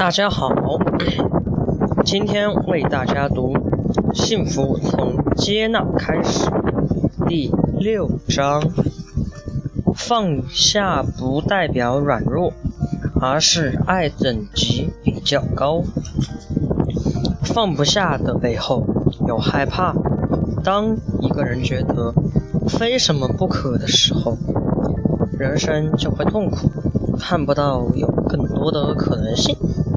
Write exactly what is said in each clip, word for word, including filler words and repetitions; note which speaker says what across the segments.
Speaker 1: 大家好，今天为大家读《幸福从接纳开始》第六章。放下不代表软弱，而是爱等级比较高。放不下的背后有害怕。当一个人觉得非什么不可的时候，人生就会痛苦，看不到有更多的可能性。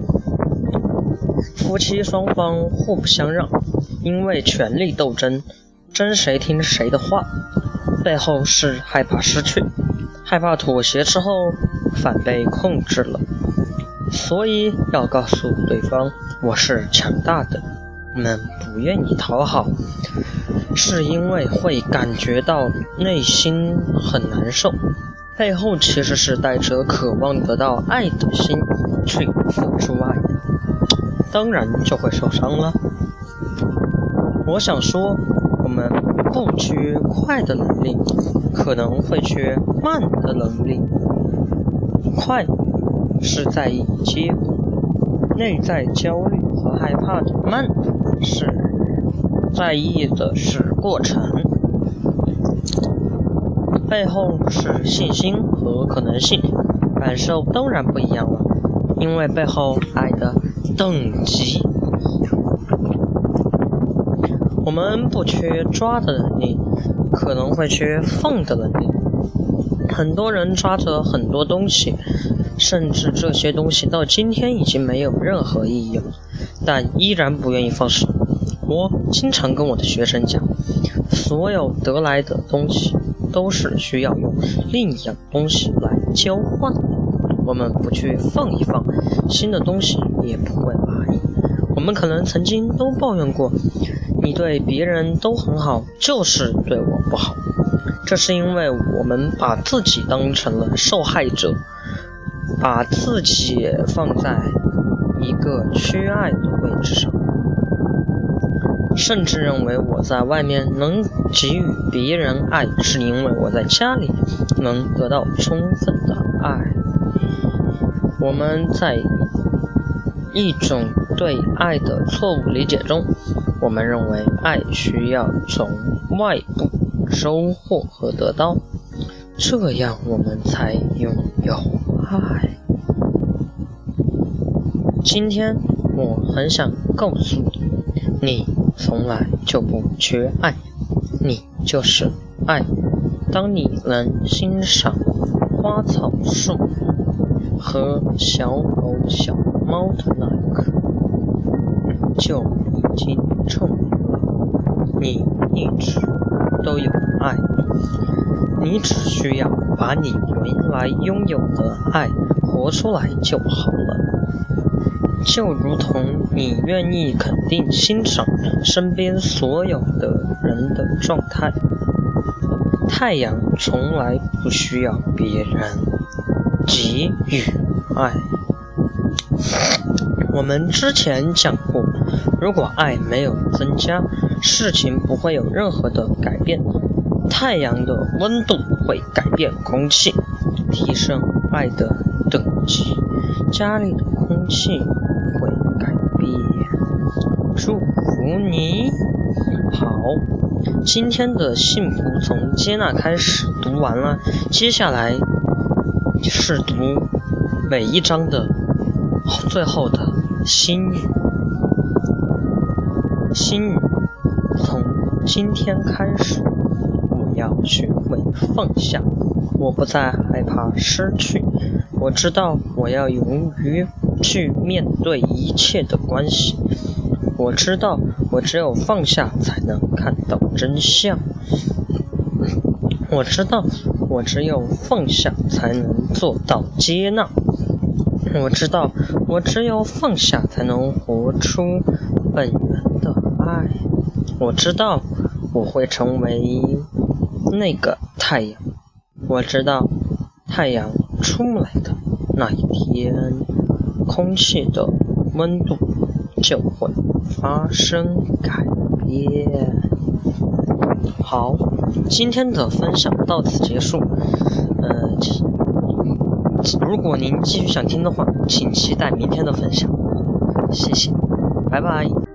Speaker 1: 夫妻双方互不相让，因为权力斗争，争谁听谁的话，背后是害怕失去，害怕妥协之后反被控制了。所以要告诉对方，我是强大的，你们不愿意讨好，是因为会感觉到内心很难受，背后其实是带着渴望得到爱的心去付出爱，当然就会受伤了。我想说，我们不缺快的能力，可能会缺慢的能力。快是在意结果，内在焦虑和害怕的；慢是在意的是过程，背后是信心和可能性，感受当然不一样了，因为背后爱的等级不一样。我们不缺抓的能力，可能会缺放的能力。很多人抓着很多东西，甚至这些东西到今天已经没有任何意义了，但依然不愿意放手。我经常跟我的学生讲，所有得来的东西都是需要用另一样东西来交换的。我们不去放一放，新的东西也不会来。我们可能曾经都抱怨过，你对别人都很好，就是对我不好。这是因为我们把自己当成了受害者，把自己放在一个缺爱的位置上，甚至认为我在外面能给予别人爱，是因为我在家里能得到充分的爱。我们在一种对爱的错误理解中，我们认为爱需要从外部收获和得到，这样我们才拥有爱。今天我很想告诉你，你从来就不缺爱，你就是爱。当你能欣赏花草树和小狗小猫的那一刻，就已经充足了。你一直都有爱，你只需要把你原来拥有的爱活出来就好了。就如同你愿意肯定欣赏身边所有的人的状态，太阳从来不需要别人给予爱。我们之前讲过，如果爱没有增加，事情不会有任何的改变。太阳的温度会改变空气，提升爱的等级，家里的空气会改变。祝福你。好，今天的幸福从接纳开始读完了，接下来是读每一章的最后的心语。心语，从今天开始，我要学会放下，我不再害怕失去，我知道我要勇于去面对一切的关系，我知道我只有放下才能看到真相，我知道我只有放下才能做到接纳，我知道我只有放下才能活出本源的爱，我知道我会成为那个太阳，我知道太阳出来的那一天，空气的温度就会发生改变。好，今天的分享到此结束。呃，如果您继续想听的话，请期待明天的分享。 谢谢，拜拜。